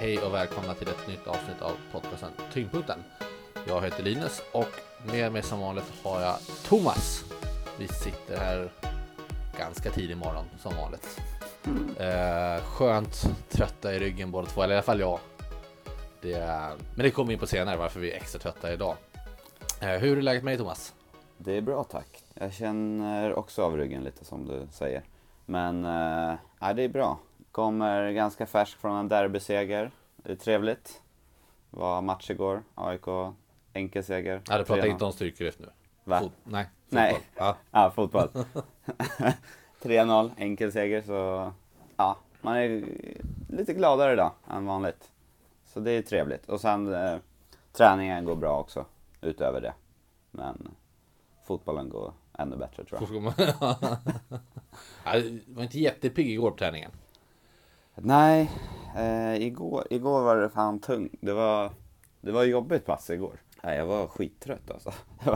Hej och välkomna till ett nytt avsnitt av podcasten Tyngdpunkten. Jag heter Linus och med mig som vanligt har jag Thomas. Vi sitter här ganska tidig morgon som vanligt. Skönt trötta i ryggen båda två, eller i alla fall jag. Men det kommer in på senare varför vi är extra trötta idag. Hur är läget med dig, Thomas? Det är bra, tack. Jag känner också av ryggen lite som du säger. Men det är bra. Kommer ganska färsk från en derbyseger. Det är trevligt. Det var match igår. AIK, enkel seger. Ja, du pratar inte om styrkelyft nu. Va? Nej, fotboll. Nej. Ja. Fotboll. 3-0, enkel seger. Så ja, man är lite gladare idag än vanligt. Så det är trevligt. Och sen träningen går bra också utöver det. Men fotbollen går ännu bättre, tror jag. Jag var inte jättepigg igår på träningen. Nej, igår var det fan tungt. Det var jobbigt pass igår. Nej, jag var skittrött alltså.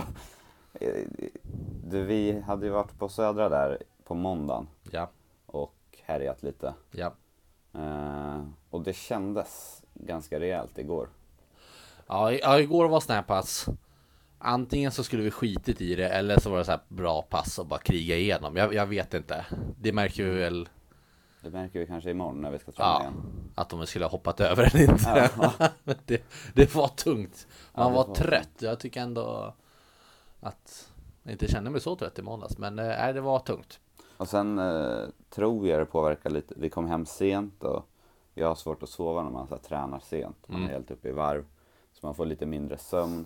Vi hade ju varit på Södra där på måndagen. Ja. Och härjat lite. Ja. Och det kändes ganska rejält igår. Ja, igår var sån här pass. Antingen så skulle vi skitit i det eller så var det så här bra pass och bara kriga igenom. Jag vet inte. Det märker vi väl. Det märker vi kanske imorgon när vi ska träna igen. Att de skulle ha hoppat över eller inte. Ja. det var tungt. Man var trött. Jag tycker ändå att jag inte kände mig så trött i måndags. Men det var tungt. Och sen tror jag det påverkar lite. Vi kom hem sent och jag har svårt att sova när man så här, tränar sent. Man är helt uppe i varv. Så man får lite mindre sömn.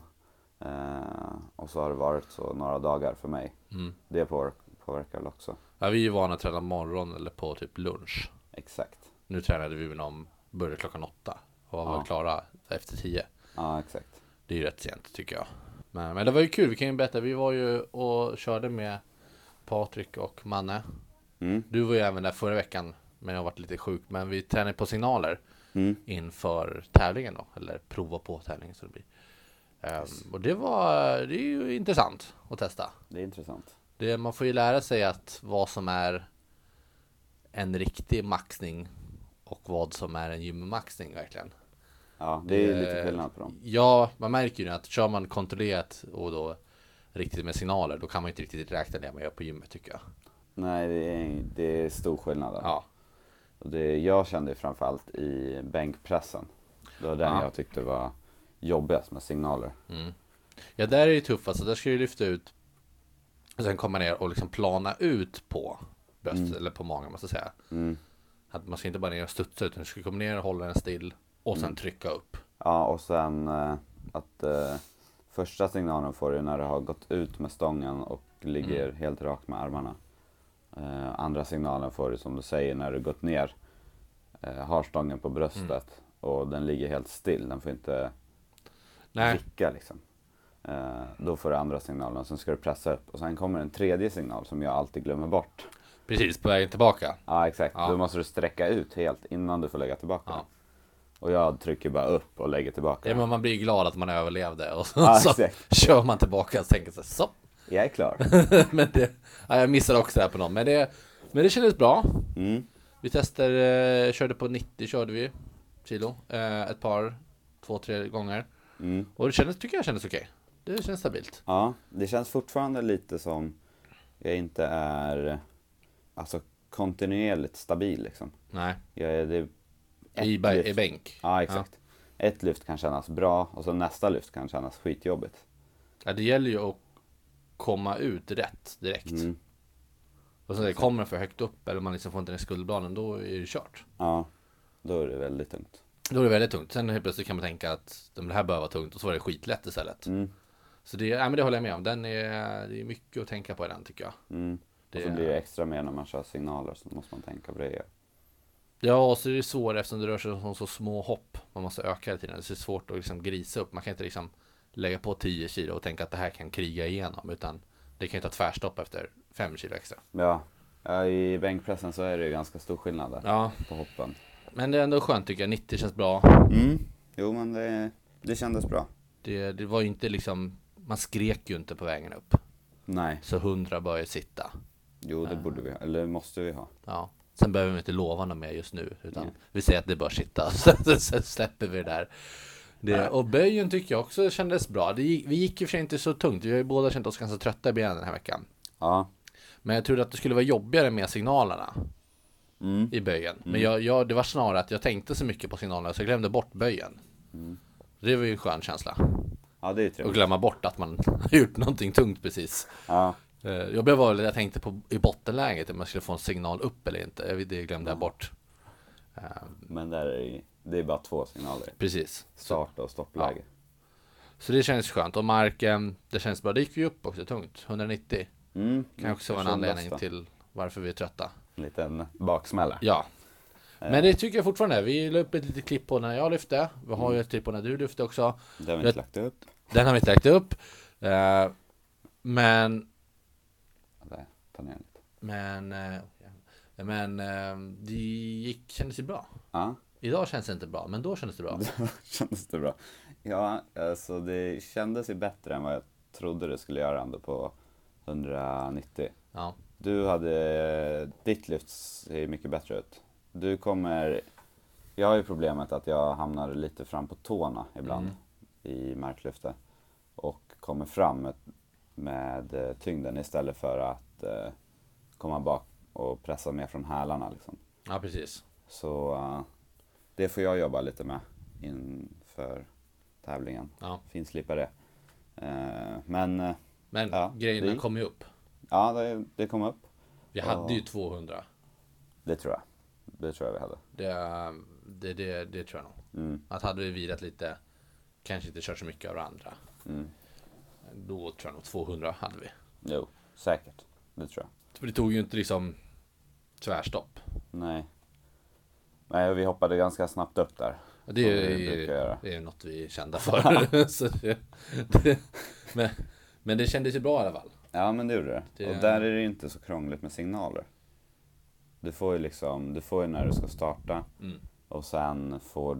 Och så har det varit så några dagar för mig. Det påverkar väl också. Ja, vi är ju vana att träna morgon eller på typ lunch. Exakt. Nu tränade vi när de började klockan 8 och var klara efter 10. Ja, exakt. Det är ju rätt sent tycker jag. Men det var ju kul, vi kan ju berätta. Vi var ju och körde med Patrik och Manne. Du var ju även där förra veckan, men jag har varit lite sjuk. Men vi tränade på signaler inför tävlingen då. Eller prova på tävlingen så det blir. Och det är ju intressant att testa. Det är intressant. Man får ju lära sig att vad som är en riktig maxning och vad som är en gymmaxning verkligen. Ja, det är lite skillnad på dem. Ja, man märker ju att kör man kontrollerat och då riktigt med signaler, då kan man inte riktigt räkna det man gör på gymmet tycker jag. Nej, det är stor skillnad. Ja. Och jag kände framförallt i bänkpressen. Det var den jag tyckte var jobbigast med signaler. Ja, där är det tuffast. Så där ska du lyfta ut och sen komma ner och liksom plana ut på bröstet eller på magen, måste jag säga. Att man ska inte bara ner och studsa utan du ska komma ner och hålla den still och sen trycka upp. Ja, och sen att första signalen får du när du har gått ut med stången och ligger helt rakt med armarna. Andra signalen får du som du säger när du gått ner, har stången på bröstet och den ligger helt still. Den får inte vicka liksom. Då får du andra signalen och sen ska du pressa upp. Och sen kommer en tredje signal som jag alltid glömmer bort. Precis, på vägen tillbaka. Ja, exakt. Då måste du sträcka ut helt innan du får lägga tillbaka. Ja. Och jag trycker bara upp och lägger tillbaka. Ja, men man blir glad att man överlevde. Och så kör man tillbaka och tänker så. Jag är klar. Men jag missade också det här på någon. Men det kändes bra. Vi körde på 90 körde vi kilo. Ett par, 2-3 gånger. Och det tycker jag kändes okej. Det känns stabilt. Ja, det känns fortfarande lite som jag inte är alltså kontinuerligt stabil liksom. Nej. I bänk. Ja, exakt. Ett lyft kan kännas bra och så nästa lyft kan kännas skitjobbigt. Ja, det gäller ju att komma ut rätt direkt. Och så kommer den för högt upp eller man liksom får inte den i skulderbladen, då är det kört. Ja, då är det väldigt tungt. Då är det väldigt tungt. Sen helt plötsligt kan man tänka att det här bör vara tungt och så var det skitlätt istället. Så men det håller jag med om. Det är mycket att tänka på i den tycker jag. Och så blir det extra mer när man kör signaler så måste man tänka på det. Ja, och så är det svårt eftersom det rör sig om så små hopp. Man måste öka hela tiden. Det är svårt att liksom grisa upp. Man kan inte liksom lägga på 10 kilo och tänka att det här kan kriga igenom. Utan det kan ju ta tvärstopp efter 5 kilo extra. Ja, i bänkpressen så är det ju ganska stor skillnad där på hoppen. Men det är ändå skönt tycker jag. 90 känns bra. Jo, men det kändes bra. Det var ju inte liksom, man skrek ju inte på vägen upp. Nej. Så 100 började sitta. Jo, det borde vi ha, eller måste vi ha. Ja. Sen behöver vi inte lova något mer just nu, utan vi säger att det bör sitta. Sen släpper vi det där. Och böjen tycker jag också kändes bra. Vi gick i och för sig inte så tungt. Vi har ju båda känt oss ganska trötta i benen den här veckan. Ja. Men jag trodde att det skulle vara jobbigare med signalerna i böjen. Men det var snarare att jag tänkte så mycket på signalerna så jag glömde bort böjen. Det var ju en skön känsla. Ja, det är trevligt. Och glömma bort att man har gjort någonting tungt precis. Ja. Jag tänkte på i bottenläget om man skulle få en signal upp eller inte. Det glömde jag bort. Men det är bara 2 signaler. Precis. Start och stoppläge. Ja. Så det känns skönt. Och marken, det känns bra. Det gick ju upp också tungt. 190. Kan också vara en anledning till varför vi är trötta. En liten baksmälla. Ja. Men det tycker jag fortfarande. Vi la upp ett litet klipp på när jag lyfte. Vi har ju ett klipp på när du lyfte också. Den har vi inte lagt upp. Den har vi inte lagt upp. Men Ta ner lite. Men det kändes ju bra. Ja. Idag känns det inte bra, men då kändes det bra. Kändes det bra. Ja, alltså det kändes ju bättre än vad jag trodde det skulle göra ändå på 190. Ja. Ditt lyft ser mycket bättre ut. Jag har ju problemet att jag hamnar lite fram på tårna ibland i marklyftet. Och kommer fram med tyngden istället för att komma bak och pressa mer från hälarna liksom. Ja, precis. Så det får jag jobba lite med inför tävlingen. Ja. Finslipa det. Men grejerna kom ju upp. Ja, det kom upp. Vi hade ju 200. Det tror jag. Det tror jag vi hade. Det tror jag nog. Att hade vi vilat lite, kanske inte kört så mycket av det andra. Då tror jag nog 200 hade vi. Jo, säkert. Det tror jag. För det tog ju inte liksom tvärstopp. Nej, vi hoppade ganska snabbt upp där. Det är något vi är kända för. Så men det kändes ju bra i alla fall. Ja, men det gjorde det. Och där är det inte så krångligt med signaler. Du får ju när du ska starta. Och sen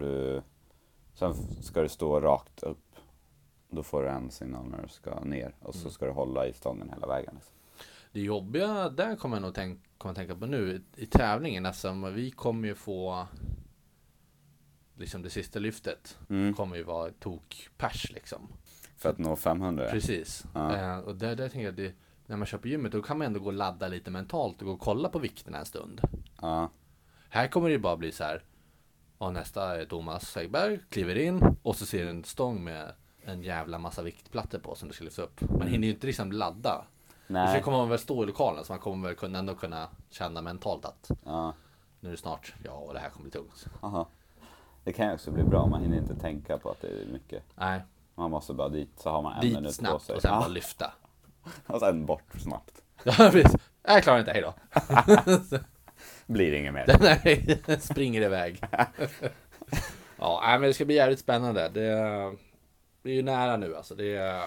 ska du stå rakt upp. Då får du en signal när du ska ner. Och så ska du hålla i stången hela vägen. Liksom. Det jobbiga där kommer jag nog tänka på nu i tävlingen. Alltså, vi kommer ju få liksom det sista lyftet kommer ju vara tokpers liksom. För att nå 500? Precis. Ja. Och där tänker jag när man kör på gymmet då kan man ändå gå och ladda lite mentalt och gå och kolla på vikterna en stund. Ja. Här kommer det ju bara bli så här. Och nästa är Thomas Häggberg, kliver in och så ser en stång med en jävla massa viktplattor på som du ska lyfta upp. Man hinner ju inte liksom ladda. Nej. Så kommer man väl stå i lokalen så man kommer väl ändå kunna känna mentalt att nu är det snart, och det här kommer bli tungt. Aha. Det kan ju också bli bra, man hinner inte tänka på att det är mycket. Nej. Man måste bara dit, så har man en minut snabbt på sig. Och sen bara lyfta. Och sen bort snabbt. Ja, precis. Jag klarar inte, hejdå. Blir inget mer. Nej, springer iväg. Men det ska bli jävligt spännande. Det är ju nära nu alltså. Det är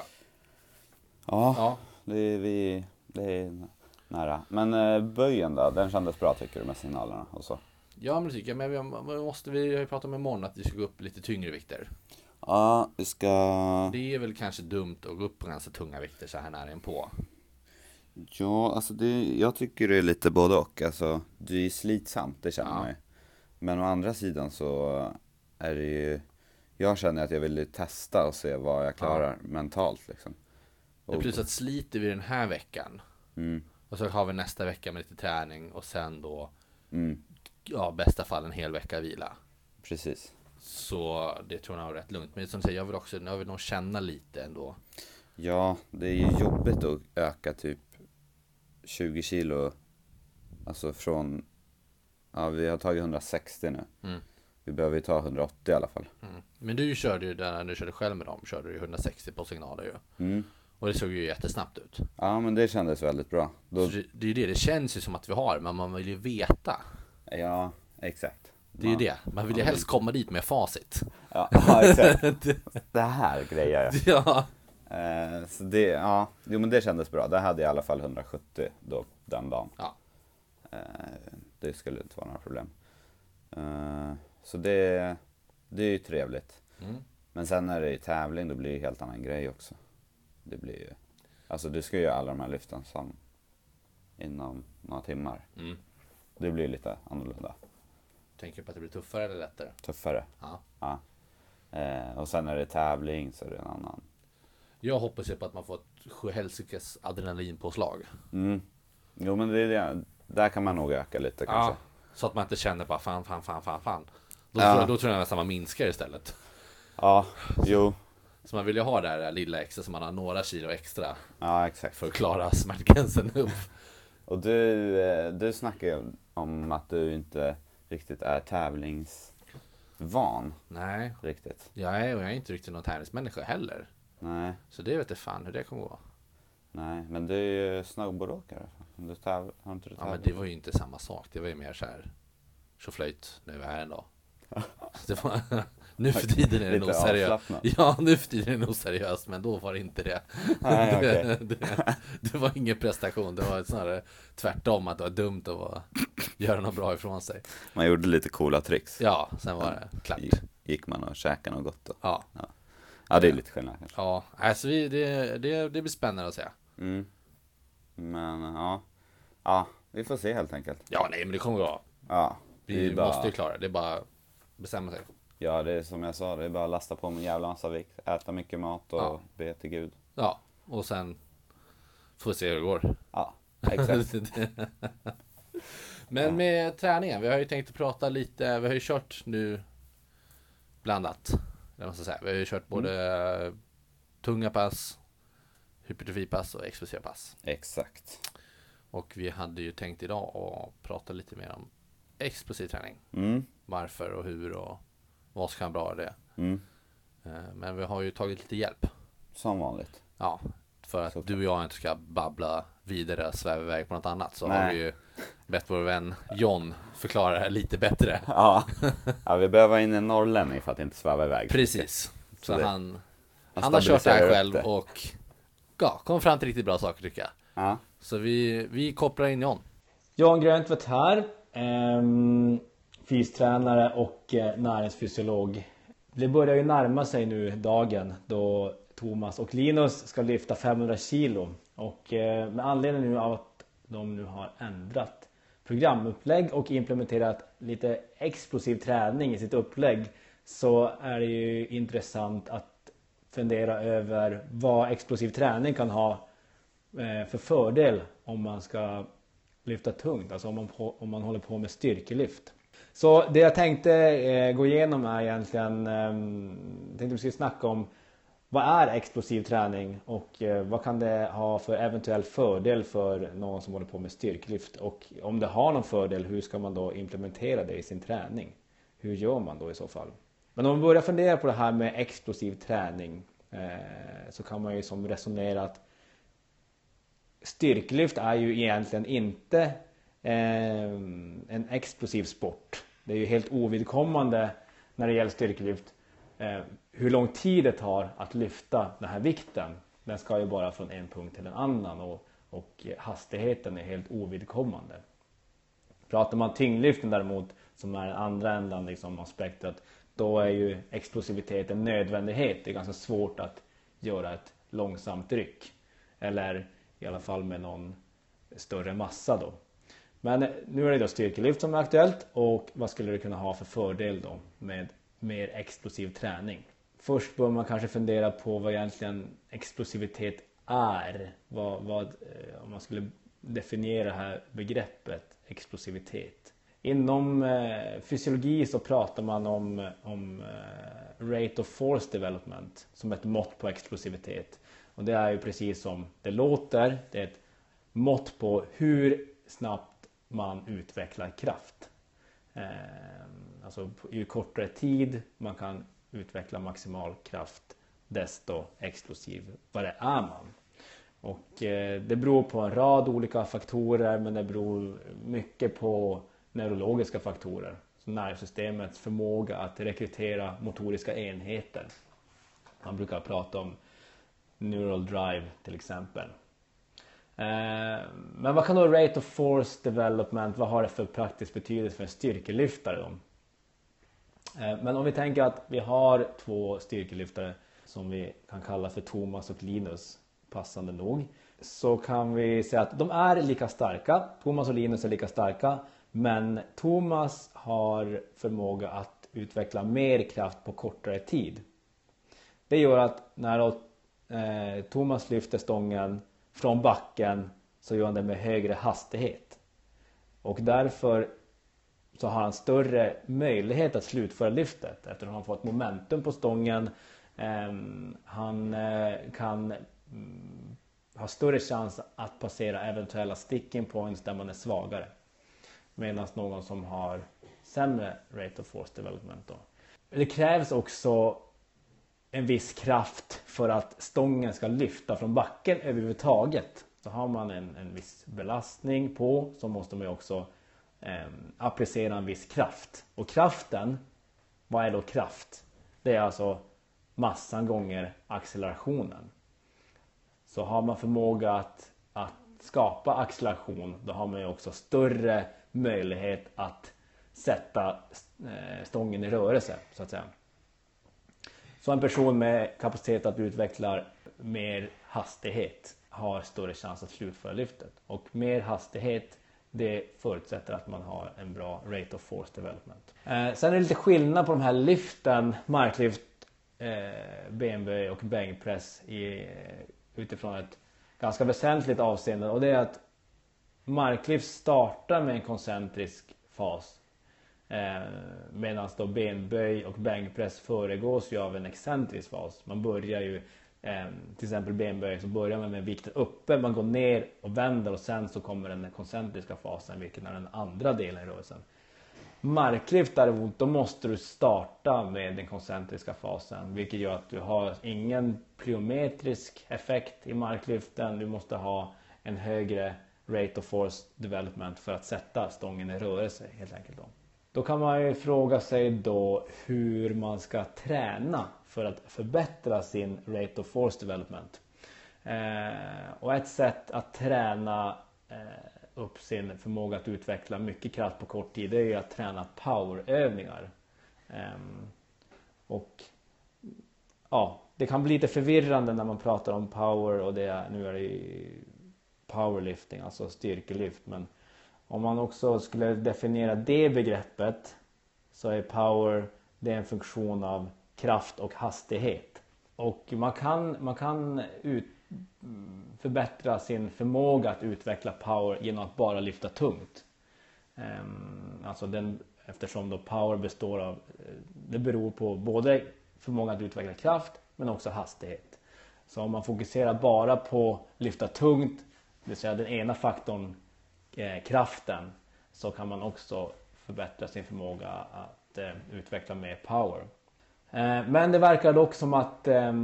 nära. Men böjen då, den kändes bra tycker du med signalerna och så? Ja, men det tycker jag. Men vi har ju pratat om imorgon att vi ska gå upp lite tyngre vikter. Ja, vi ska... Det är väl kanske dumt att gå upp på ganska tunga vikter så här nära en på. Ja, alltså jag tycker det är lite både och. Alltså, det är slitsamt, det känner man ju. Men å andra sidan så är det ju... Jag känner att jag vill testa och se vad jag klarar mentalt liksom. Och plus att sliter vi den här veckan. Och så har vi nästa vecka med lite träning och sen då bästa fall en hel vecka vila. Precis. Så det tror jag är rätt lugnt. Men som säger, jag vill nog känna lite ändå. Ja, det är ju jobbigt att öka typ 20 kilo. Alltså från... Ja, vi har tagit 160 nu. Vi behöver ju ta 180 i alla fall. Men du körde ju när du körde själv med dem, körde du 160 på signaler ju. Och det såg ju jättesnabbt ut. Ja, men det kändes väldigt bra. Det är ju det känns ju som att vi har, men man vill ju veta. Ja, exakt. Det är ju det. Man vill ju helst komma dit med facit. Ja, exakt. Det här grejer jag. Ja. Så men det kändes bra. Det hade jag i alla fall 170 då, den dagen. Ja. Det skulle inte vara några problem. Så det är ju trevligt. Men sen när det är tävling då blir det en helt annan grej också. Det blir ju... Alltså du ska ju göra alla de här lyften inom några timmar. Det blir lite annorlunda. Tänker du på att det blir tuffare eller lättare? Tuffare. Ja. Ja. Och sen när det är tävling så är det en annan. Jag hoppas ju på att man får ett sjuhelsikes adrenalinpåslag. Mm. Jo, men det är det. Där kan man nog öka lite kanske. Ja, så att man inte känner bara fan. Då tror jag nästan man minskar istället. Ja, jo. Så man vill ju ha det här lilla extra så man har några kilo extra Ja, exakt. för att klara smärtgränsen upp. Och du snackar ju om att du inte riktigt är tävlingsvan. Nej, Riktigt. jag är inte riktigt någon tävlingsmänniska heller. Nej, Så det vet jag fan hur det kommer gå. nej. Men du är ju snowboardåkare. Har inte du Ja, men tävlat? det var ju inte samma sak. Det var ju mer så här tjoflöjt när vi var här en dag. Det var, nu för tiden är det nog Lite seriöst. avslappnat. Ja, nu för tiden är det nog seriöst, men då var det inte det. Nej, okej. Det var ingen prestation. Det var snarare tvärtom, att det var dumt att göra något bra ifrån sig. Man gjorde lite coola tricks. Ja, sen var det klart. Gick man och käkade något gott då? Ja, Ja, det är lite skillnad kanske. ja. Alltså det blir spännande att se. Mm. Men ja, vi får se helt enkelt. Ja, nej, men det kommer gå bra. Ja, Vi måste ju klara det. Det är bara att bestämma sig. Ja, det är som jag sa, det är bara att lasta på med en jävla massa vikt, äta mycket mat och be till Gud. Ja, och sen får vi se hur det går. Ja, exakt. Men med träningen, vi har ju tänkt att prata lite, vi har ju kört nu blandat. Det måste jag säga. Vi har ju kört både tunga pass, hypertrofipass och explosiva pass. Exakt. Och vi hade ju tänkt idag att prata lite mer om explosiv träning. Mm. Varför och hur och vad som kan vara bra i det. Mm. Men vi har ju tagit lite hjälp. Som vanligt. Ja, för att du och jag inte ska babbla vidare och sväva iväg på något annat, så Nej. har vi ju bett vår vän John förklara det här lite bättre. Ja, vi behöver in en norrlänning för att inte sväva iväg. Precis. Så det- han har kört det här stabiliserar själv upp det. och kom fram till riktigt bra saker tycker jag. Ja. Så vi kopplar in John. Jan Gröntveit här, fystränare och näringsfysiolog. Det börjar ju närma sig nu dagen då Thomas och Linus ska lyfta 500 kilo. Och med anledning nu av att de nu har ändrat programupplägg och implementerat lite explosiv träning i sitt upplägg, så är det ju intressant att fundera över vad explosiv träning kan ha för fördel om man ska lyfta tungt, alltså om man håller på med styrkelyft. Så det jag tänkte gå igenom är egentligen, tänkte vi skulle snacka om vad är explosiv träning och vad kan det ha för eventuell fördel för någon som håller på med styrkelyft, och om det har någon fördel, hur ska man då implementera det i sin träning? Hur gör man då i så fall? Men om vi börjar fundera på det här med explosiv träning, så kan man ju som resonera att styrkelyft är ju egentligen inte en explosiv sport. Det är ju helt ovidkommande när det gäller styrkelyft hur lång tid det tar att lyfta den här vikten. Den ska ju bara från en punkt till en annan, och hastigheten är helt ovidkommande. Pratar man tyngdlyften däremot, som är den andra ändan liksom av spektrat, då är ju explosivitet en nödvändighet. Det är ganska svårt att göra ett långsamt ryck, eller i alla fall med någon större massa då. Men nu är det då styrkelyft som är aktuellt, och vad skulle det kunna ha för fördel då med mer explosiv träning? Först bör man kanske fundera på vad egentligen explosivitet är. Om man skulle definiera det här begreppet explosivitet. Inom fysiologi så pratar man om rate of force development som ett mått på explosivitet. Och det är ju precis som det låter. Det är ett mått på hur snabbt man utvecklar kraft. Alltså ju kortare tid man kan utveckla maximal kraft, desto explosivare är man. Och det beror på en rad olika faktorer, men det beror mycket på neurologiska faktorer. Så nervsystemets förmåga att rekrytera motoriska enheter. Man brukar prata om neural drive till exempel. Men vad kan då rate of force development, vad har det för praktisk betydelse för en styrkelyftare då? Men om vi tänker att vi har två styrkelyftare som vi kan kalla för Thomas och Linus, passande nog, så kan vi säga att de är lika starka. Thomas och Linus är lika starka, Men Thomas har förmåga att utveckla mer kraft på kortare tid. Det gör att när Thomas lyfter stången från backen så gör han det med högre hastighet. Och därför så har han större möjlighet att slutföra lyftet eftersom han får ett momentum på stången. Han kan ha större chans att passera eventuella sticking points där man är svagare. Medan någon som har sämre rate of force development då. Det krävs också en viss kraft för att stången ska lyfta från backen överhuvudtaget. Så har man en viss belastning på så måste man ju också applicera en viss kraft. Och kraften, vad är då kraft? Det är alltså massan gånger accelerationen. Så har man förmåga att skapa acceleration, då har man ju också större möjlighet att sätta stången i rörelse så att säga. Så en person med kapacitet att utveckla mer hastighet har större chans att slutföra lyftet. Och mer hastighet, det förutsätter att man har en bra rate of force development. Sen är det lite skillnad på de här lyften, marklyft, benböj och bänkpress utifrån ett ganska väsentligt avseende. Och det är att marklyft startar med en koncentrisk fas. Medan då benböj och bänkpress föregås ju av en excentrisk fas. Man börjar ju till exempel benböj så börjar man med vikten uppe, man går ner och vänder och sen så kommer den koncentriska fasen, vilket är den andra delen i rörelsen. Marklyft däremot, då måste du starta med den koncentriska fasen, vilket gör att du har ingen plyometrisk effekt i marklyften. Du måste ha en högre rate of force development för att sätta stången i rörelse helt enkelt. Då kan man ju fråga sig då hur man ska träna för att förbättra sin rate of force development. Och ett sätt att träna upp sin förmåga att utveckla mycket kraft på kort tid, det är ju att träna powerövningar. Och ja, det kan bli lite förvirrande när man pratar om power och nu är det powerlifting, alltså styrkelyft. Men om man också skulle definiera det begreppet så är power, det är en funktion av kraft och hastighet. Och man kan förbättra sin förmåga att utveckla power genom att bara lyfta tungt. Alltså eftersom då power det beror på både förmåga att utveckla kraft men också hastighet. Så om man fokuserar bara på lyfta tungt, det vill säga den ena faktorn, kraften, så kan man också förbättra sin förmåga att utveckla mer power. Men det verkar dock som att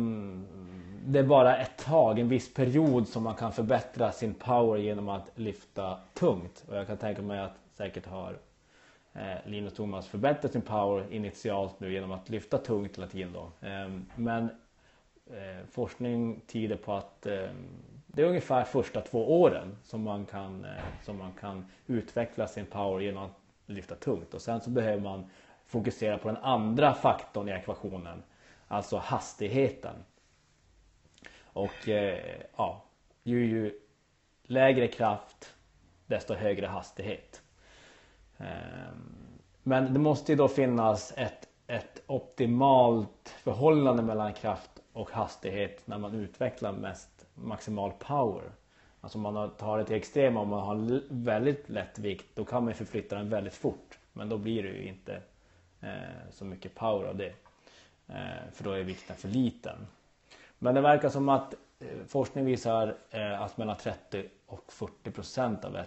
det är bara ett tag, en viss period som man kan förbättra sin power genom att lyfta tungt. Och jag kan tänka mig att säkert har Linus och Thomas förbättrat sin power initialt nu genom att lyfta tungt hela tiden då. Men forskning tyder på att det är ungefär första 2 åren som man kan utveckla sin power genom att lyfta tungt. Och sen så behöver man fokusera på den andra faktorn i ekvationen, alltså hastigheten. Och ju lägre kraft desto högre hastighet. Men det måste ju då finnas ett optimalt förhållande mellan kraft och hastighet när man utvecklar mest maximal power. Alltså om man tar det till extrema, om man har väldigt lätt vikt, då kan man förflytta den väldigt fort. Men då blir det ju inte så mycket power av det. För då är vikten för liten. Men det verkar som att forskning visar att mellan 30 och 40% av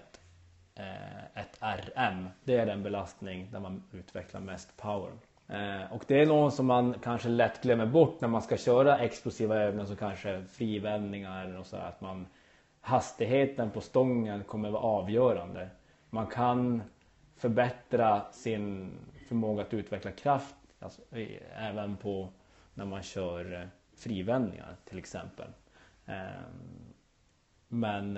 ett RM, det är den belastning där man utvecklar mest power. Och det är något som man kanske lätt glömmer bort när man ska köra explosiva övningar, så kanske frivändningar och så, att hastigheten på stången kommer vara avgörande. Man kan förbättra sin förmåga att utveckla kraft, alltså, även på när man kör frivändningar till exempel. Men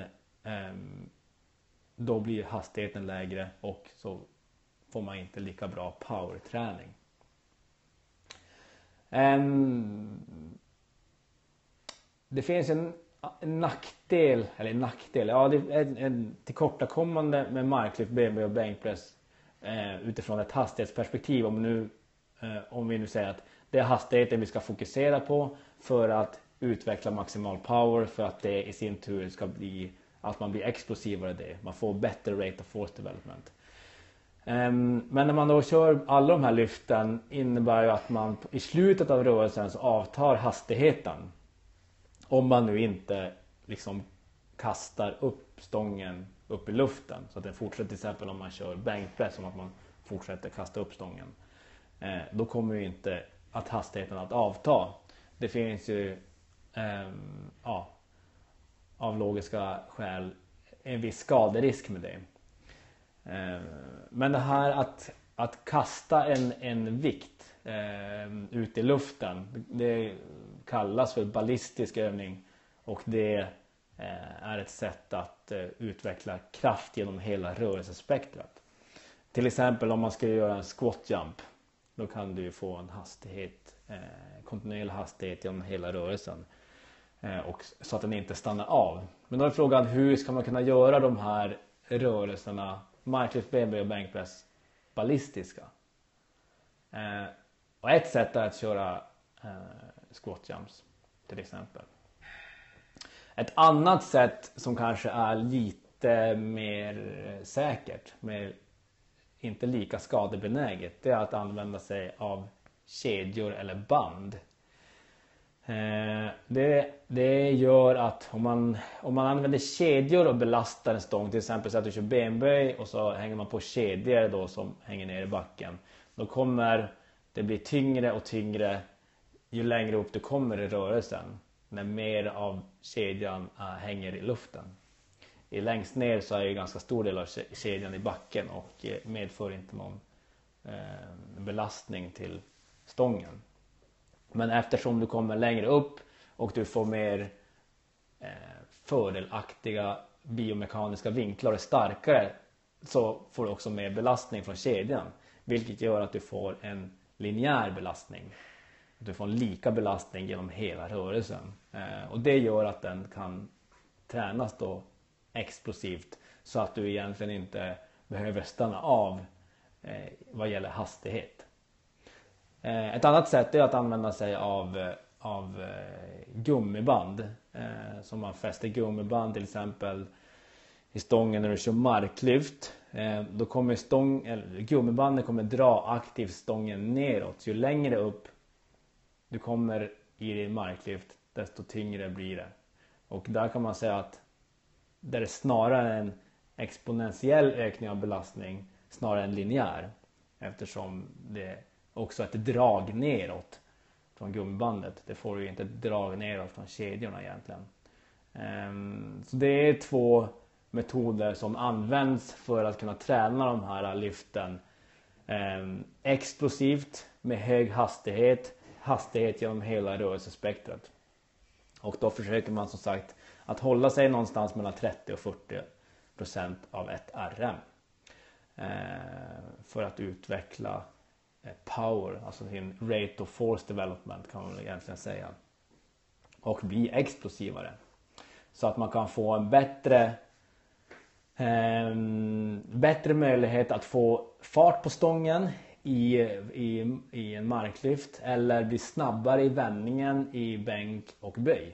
då blir hastigheten lägre och så får man inte lika bra powerträning. Det finns en nackdel, ja, det är en tillkortakommande med marklyft, benböj och bänkpress utifrån ett hastighetsperspektiv. Om vi nu säger att det är hastigheten vi ska fokusera på för att utveckla maximal power, för att det i sin tur ska bli att man blir explosivare det. Man får bättre rate of force development. Men när man då kör alla de här lyften innebär ju att man i slutet av rörelsen så avtar hastigheten. Om man nu inte liksom kastar upp stången upp i luften. Så att den fortsätter, till exempel om man kör bänkpress, som att man fortsätter kasta upp stången. Då kommer ju inte att hastigheten att avta. Det finns ju av logiska skäl en viss skaderisk med det. Men det här att kasta en vikt ut i luften, det kallas för ballistisk övning, och det är ett sätt att utveckla kraft genom hela rörelsespektrat. Till exempel om man ska göra en squat jump, då kan du få en hastighet, kontinuerlig hastighet genom hela rörelsen, och så att den inte stannar av. Men då är frågan, hur ska man kunna göra de här rörelserna, marklyft, benböj och bänkpress, ballistiska? Och ett sätt är att köra squat jumps till exempel. Ett annat sätt som kanske är lite mer säkert, men inte lika skadebenäget, det är att använda sig av kedjor eller band. Det gör att om man använder kedjor och belastar en stång, till exempel så att du kör benböj och så hänger man på kedjor då som hänger ner i backen, då kommer det bli tyngre och tyngre ju längre upp du kommer i rörelsen, när mer av kedjan hänger i luften. Längst ner så är ju ganska stor del av kedjan i backen och medför inte någon belastning till stången. Men eftersom du kommer längre upp och du får mer fördelaktiga biomekaniska vinklar och är starkare, så får du också mer belastning från kedjan, vilket gör att du får en linjär belastning. Du får en lika belastning genom hela rörelsen. Och det gör att den kan tränas då explosivt, så att du egentligen inte behöver stanna av vad gäller hastighet. Ett annat sätt är att använda sig av gummiband. Som man fäster gummiband till exempel i stången när du kör marklyft. Då kommer gummibanden kommer dra aktivt stången neråt. Ju längre upp du kommer i din marklyft, desto tyngre blir det. Och där kan man säga att där är snarare en exponentiell ökning av belastning snarare än linjär, eftersom det också är ett drag neråt från gummibandet. Det får ju inte ett drag neråt från kedjorna egentligen. Så det är 2 metoder som används för att kunna träna de här lyften explosivt med hög hastighet genom hela rörelsespektrat. Och då försöker man som sagt att hålla sig någonstans mellan 30 och 40% av ett RM för att utveckla power, alltså sin rate of force development kan man väl egentligen säga, och bli explosivare, så att man kan få en bättre möjlighet att få fart på stången i en marklyft, eller bli snabbare i vändningen i bänk och böj.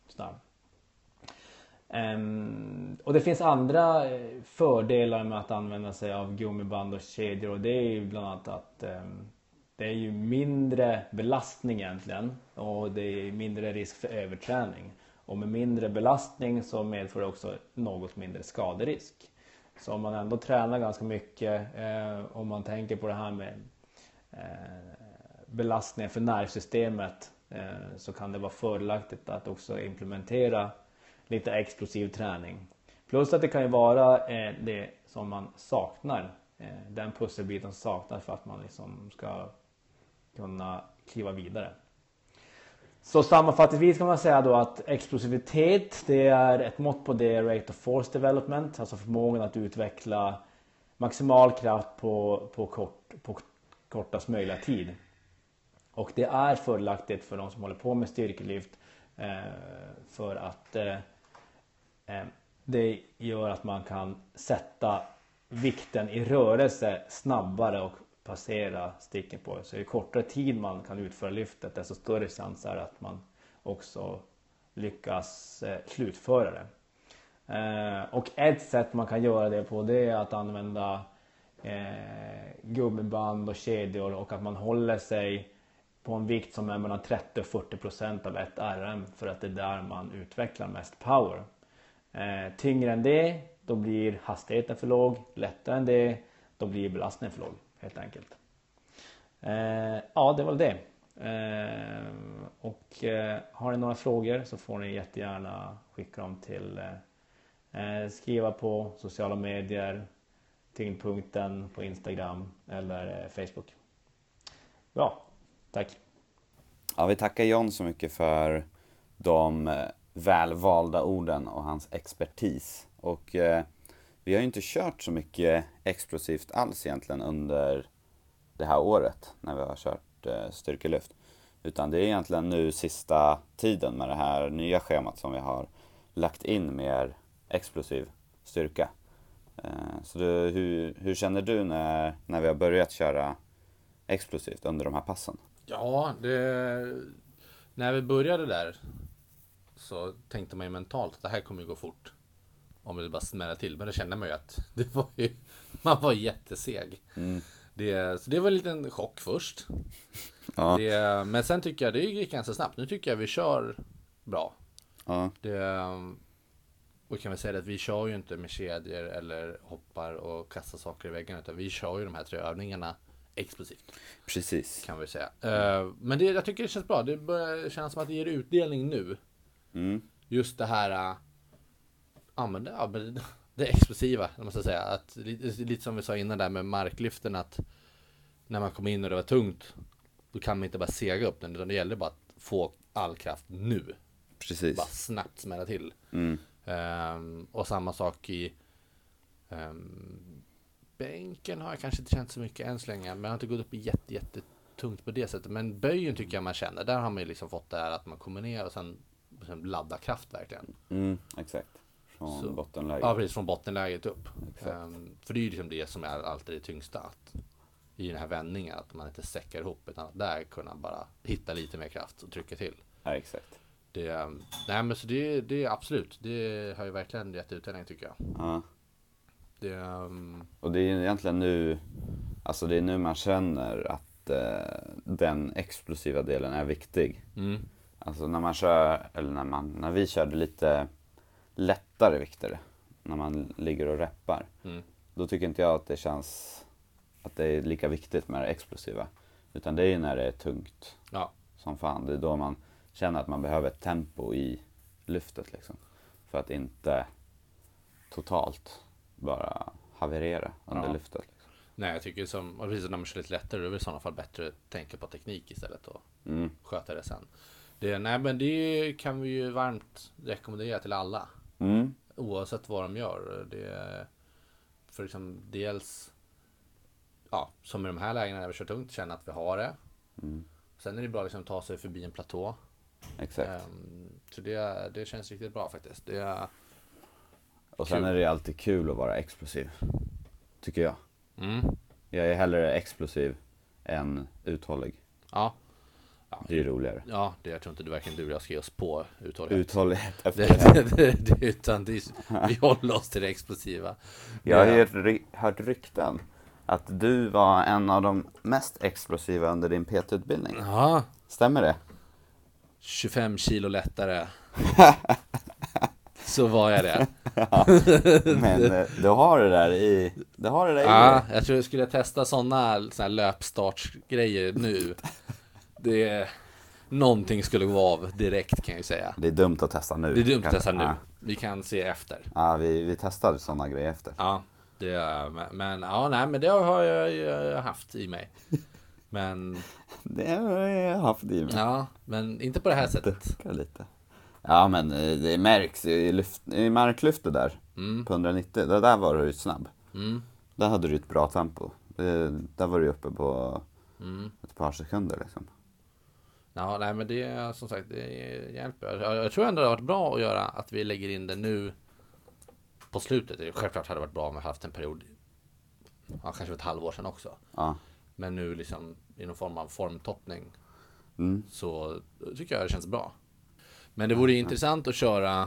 Och det finns andra fördelar med att använda sig av gummiband och kedjor, och det är ju bland annat att det är ju mindre belastning egentligen, och det är mindre risk för överträning, och med mindre belastning så medför det också något mindre skaderisk. Så om man ändå tränar ganska mycket, om man tänker på det här med belastningen för nervsystemet, så kan det vara fördelaktigt att också implementera lite explosiv träning. Plus att det kan ju vara det som man saknar, den pusselbiten som saknas för att man liksom ska kunna kliva vidare. Så sammanfattningsvis kan man säga då att explosivitet, det är ett mått på det rate of force development, alltså förmågan att utveckla maximal kraft på kortast möjliga tid. Och det är fördelaktigt för de som håller på med styrkelyft, för att det gör att man kan sätta vikten i rörelse snabbare och passera sticken på. Så ju kortare tid man kan utföra lyftet, desto större chans är att man också lyckas slutföra det. Och ett sätt man kan göra det på, det är att använda gummiband och kedjor, och att man håller sig på en vikt som är mellan 30 och 40% av ett RM, för att det är där man utvecklar mest power. Tyngre än det, då blir hastigheten för låg. Lättare än det, då blir belastningen för låg, helt enkelt. Ja, det var det. Och har ni några frågor så får ni jättegärna skicka dem till skriva på sociala medier, Tyngdpunkten på Instagram eller Facebook. Bra, tack. Ja, vi tackar John så mycket för de välvalda orden och hans expertis. Och vi har ju inte kört så mycket explosivt alls egentligen under det här året när vi har kört styrkelyft. Utan det är egentligen nu sista tiden med det här nya schemat som vi har lagt in mer explosiv styrka. Så hur känner du när vi har börjat köra explosivt under de här passen? Ja, när vi började där så tänkte man ju mentalt att det här kommer ju gå fort om det bara smäller till. Men det kände man ju att man var jätteseg. Så det var en liten chock först. Ja. Men sen tycker jag det gick ganska snabbt. Nu tycker jag vi kör bra. Ja. Och kan vi säga att vi kör ju inte med kedjor eller hoppar och kastar saker i väggen, utan vi kör ju de här 3 övningarna explosivt. Precis. Kan vi säga. Men jag tycker det känns bra. Det börjar kännas som att det ger utdelning nu. Just det här det explosiva, om man ska säga. Att, lite som vi sa innan där med marklyften, att när man kom in och det var tungt, då kan man inte bara sega upp den, utan det gäller bara att få all kraft nu. Precis. Bara snabbt smälla till. Och samma sak i bänken har jag kanske inte känt så mycket än så länge, men jag har inte gått upp jättetungt på det sättet. Men böjen tycker jag man känner. Där har man ju liksom fått det här att man kommer ner och sen ladda kraft verkligen. Exakt. Från bottenläget. Ja, precis, från bottenläget upp. Exakt. För det är ju liksom det som är alltid det tyngsta, att i den här vändningen, att man inte säckar ihop, utan att där kunna bara hitta lite mer kraft och trycka till. Ja, exakt. Nej, men så det är absolut, det har ju verkligen gett utdelning, tycker jag. Ja. Och det är egentligen nu, alltså det är nu man känner att den explosiva delen är viktig. Alltså när man kör, eller när vi körde lite lättare vikter, när man ligger och reppar, då tycker inte jag att det känns att det är lika viktigt med det explosiva, utan det är när det är tungt som fan. Det är då man känner att man behöver ett tempo i lyftet liksom, för att inte totalt bara haverera under lyftet liksom. Nej, jag tycker precis när man kör lite lättare, då är det i sådana fall bättre att tänka på teknik istället och sköta det sen. Men det kan vi ju varmt rekommendera till alla. Oavsett vad de gör. För liksom dels, som i de här lägena när vi kör tungt, känna att vi har det. Sen är det bra liksom att ta sig förbi en platå. Exakt. Så det känns riktigt bra faktiskt. Och sen är det alltid kul att vara explosiv, tycker jag. Jag är hellre explosiv än uthållig. Ja. Det är roligare. Ja, jag tror inte varken du och jag ska ge oss på uthållighet. Uthållighet efter utan vi håller oss till det explosiva. Jag har hört rykten att du var en av de mest explosiva under din PT-utbildning. Ja. Stämmer det? 25 kilo lättare. Så var jag det. Men du har det där i. Jag tror jag skulle testa såna löpstartsgrejer nu. Någonting skulle gå av direkt, kan jag säga. Det är dumt att testa nu. Det är dumt att testa nu. Vi kan se efter. Ja, vi testar sådana grejer efter. Ja, men det har jag haft i mig. Men det har jag haft i mig. Ja, men inte på det här sättet. Lite. Ja, men det märks i marklyftet där på 190. Där var du ju snabb. Där hade du ett bra tempo. Där var du uppe på ett par sekunder liksom. Ja, nej, men det är som sagt, det hjälper. Jag tror ändå det har varit bra att göra att vi lägger in det nu på slutet. Det självklart hade varit bra om vi haft en period kanske för ett halvår sedan också. Ja. Men nu liksom i någon form av formtoppning Mm. så tycker jag det känns bra. Men det vore intressant att köra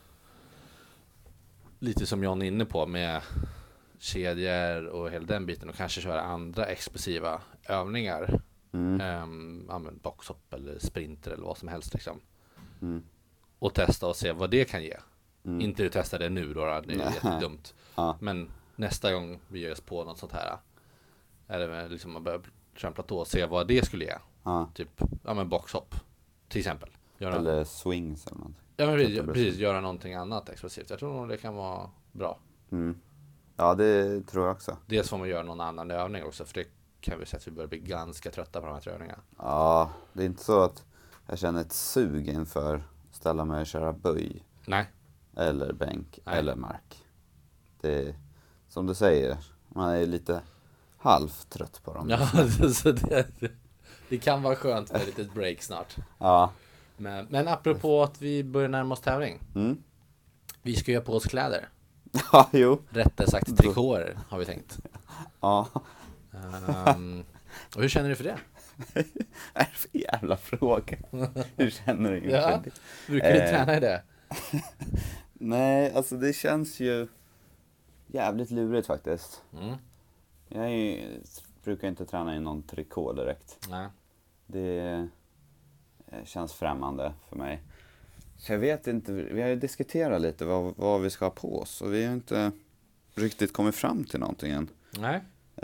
lite som John är inne på med kedjor och hela den biten och kanske köra andra explosiva övningar. Boxhopp eller sprinter eller vad som helst liksom. Och testa och se vad det kan ge. Inte att testa det nu då, det är jättedumt. Men nästa gång vi ger oss på något sånt här är det väl liksom man börjar köra en platå och se vad det skulle ge. Typ, boxhopp till exempel. Eller swings eller något. Ja, men precis, göra någonting annat explosivt. Jag tror nog det kan vara bra. Ja, det tror jag också. Dels får man göra någon annan övning också, för det kan vi säga att vi börjar bli ganska trötta på de här träningarna. Ja, det är inte så att jag känner ett sug inför att ställa mig och köra böj. Nej. Eller bänk. Nej. Eller mark. Det är, som du säger, man är lite halvtrött på dem. Ja, så det kan vara skönt med ett litet break snart. Ja. Men apropå att vi börjar närma oss tävling. Vi ska göra på oss kläder. Ja, jo. Rättare sagt trikåer har vi tänkt. Ja. Och hur känner du för det? Vad är det för jävla fråga? Hur känner du inför det? Brukar du träna i det? Nej, alltså det känns ju jävligt lurigt faktiskt. Jag brukar inte träna i någon trikå direkt. Nej. Det känns främmande för mig. Så jag vet inte, vi har ju diskuterat lite vad vi ska ha på oss. Och vi har inte riktigt kommit fram till någonting än. Nej.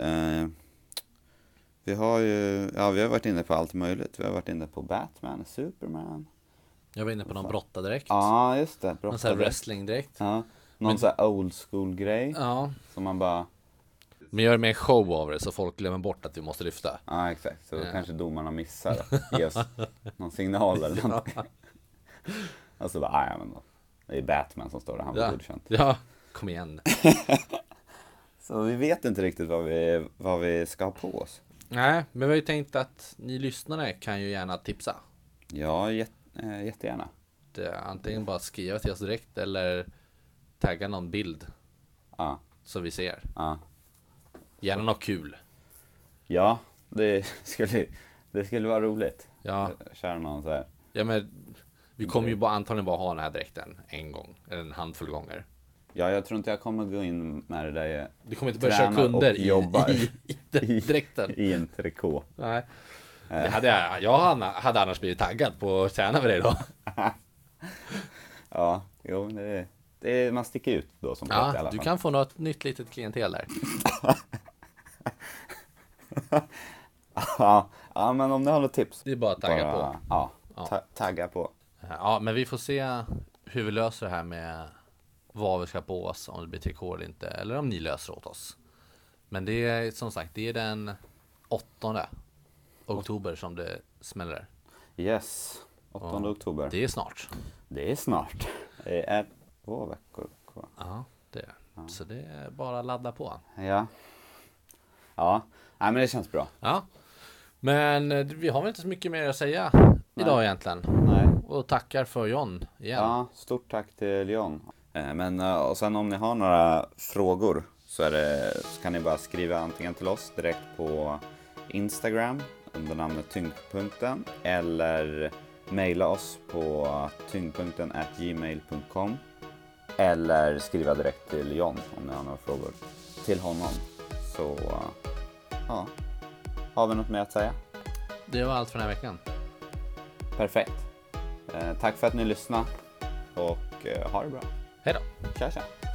Vi har varit inne på allt möjligt. Vi har varit inne på Batman, Superman. Jag var inne på någon brottardräkt. Ja, just det. Någon sån här wrestlingdräkt. Ja, någon sån här old school grej. Ja. Som man bara... Men gör mer show av det så folk glömmer bort att vi måste lyfta. Ja, exakt. Så kanske domarna missar att ge oss någon signal eller någonting. Och så bara, men då. Det är Batman som står där, han var godkänt. Ja, kom igen. Så vi vet inte riktigt vad vi ska ha på oss. Nej, men vi har ju tänkt att ni lyssnare kan ju gärna tipsa. Ja, jättegärna. Antingen bara skriva till oss direkt eller tagga någon bild. Ja. Så vi ser. Ja. Gärna något kul. Ja, det skulle vara roligt. Ja. Köra någon så här. Ja, men vi kommer ju antagligen bara ha den här dräkten en gång. Eller en handfull gånger. Ja, jag tror inte jag kommer gå in med det där. Du kommer inte börja köra kunder i dräkten. I en trikå. Nej. Jag hade annars blivit taggad på att träna med dig då. Ja, jo, man sticker ut då som proffs i alla fall. Du kan få något nytt litet klientel där. Ja, men om ni har något tips. Det är bara att tagga på. Ja, tagga på. Ja, men vi får se hur vi löser det här med vad vi ska på oss, om det blir trikå eller inte, eller om ni löser åt oss. Men det är som sagt, det är den 8 oktober som det smäller. Yes, 8 oktober. Det är snart. Det är snart. Det är 2 veckor kvar. Ja, det är. Ja. Så det är bara att ladda på. Ja. Ja, nej, men det känns bra. Ja. Men vi har väl inte så mycket mer att säga idag egentligen. Nej. Och tackar för John igen. Ja, stort tack till John. Men och sen om ni har några frågor så kan ni bara skriva antingen till oss direkt på Instagram under namnet Tyngdpunkten eller mejla oss på tyngdpunkten@gmail.com eller skriva direkt till John om ni har några frågor till honom. Så ja, har vi något mer att säga? Det var allt för den här veckan. Perfekt. Tack för att ni lyssnade och ha det bra. Hej då. Tja, tja.